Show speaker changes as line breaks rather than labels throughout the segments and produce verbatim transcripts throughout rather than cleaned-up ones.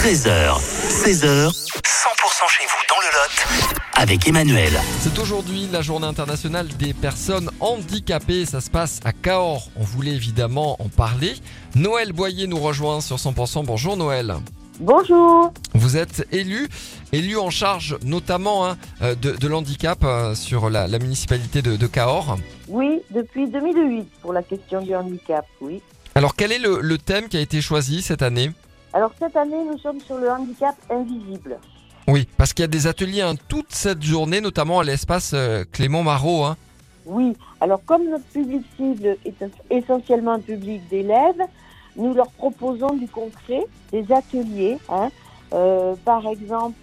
treize heures, seize heures, cent pour cent chez vous dans le Lot avec Emmanuel.
C'est aujourd'hui la journée internationale des personnes handicapées. Ça se passe à Cahors. On voulait évidemment en parler. Noël Boyer nous rejoint sur cent pour cent. Bonjour Noël.
Bonjour.
Vous êtes élu, élu en charge notamment hein, de, de l'handicap euh, sur la, la municipalité de, de Cahors.
Oui, depuis deux mille huit pour la question du handicap, oui.
Alors quel est le, le thème qui a été choisi cette année ?
Alors cette année, nous sommes sur le handicap invisible.
Oui, parce qu'il y a des ateliers hein, toute cette journée, notamment à l'espace euh, Clément Marot. Hein.
Oui, alors comme notre public cible est essentiellement un public d'élèves, nous leur proposons du concret, des ateliers. Hein. Euh, par exemple,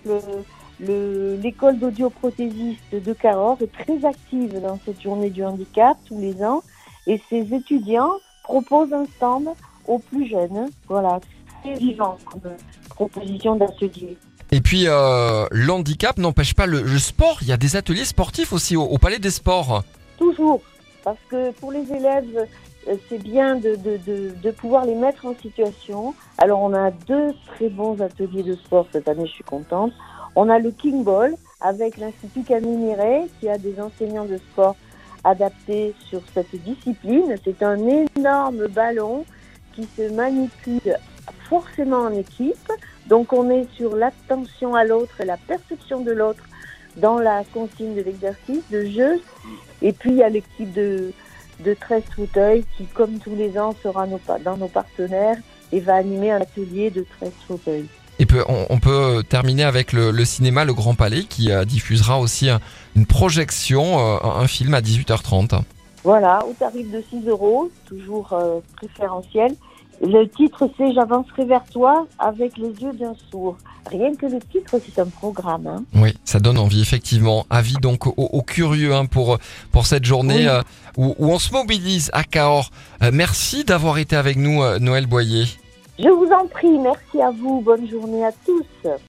le, l'école d'audioprothésistes de Cahors est très active dans cette journée du handicap tous les ans. Et ses étudiants proposent un stand aux plus jeunes. Voilà, c'est vivant comme proposition d'atelier.
Et puis, euh, l'handicap n'empêche pas le, le sport. Il y a des ateliers sportifs aussi au, au Palais des Sports.
Toujours, parce que pour les élèves, c'est bien de, de, de, de pouvoir les mettre en situation. Alors, on a deux très bons ateliers de sport cette année, je suis contente. On a le King Ball avec l'Institut Camille Miret qui a des enseignants de sport adaptés sur cette discipline. C'est un énorme ballon qui se manipule forcément en équipe. Donc, on est sur l'attention à l'autre et la perception de l'autre dans la consigne de l'exercice, de jeu. Et puis, il y a l'équipe de, de treize fauteuils qui, comme tous les ans, sera nos, dans nos partenaires et va animer un atelier de treize fauteuils.
Et peut, on, on peut terminer avec le, le cinéma Le Grand Palais qui euh, diffusera aussi un, une projection, euh, un film à dix-huit heures trente.
Voilà, au tarif de six euros, toujours euh, préférentiel. Le titre, c'est « J'avancerai vers toi avec les yeux d'un sourd ». Rien que le titre, c'est un programme. Hein.
Oui, ça donne envie, effectivement. Avis donc aux, aux curieux hein, pour, pour cette journée oui. euh, où, où on se mobilise à Cahors. Euh, merci d'avoir été avec nous, euh, Noël Boyer.
Je vous en prie, merci à vous. Bonne journée à tous.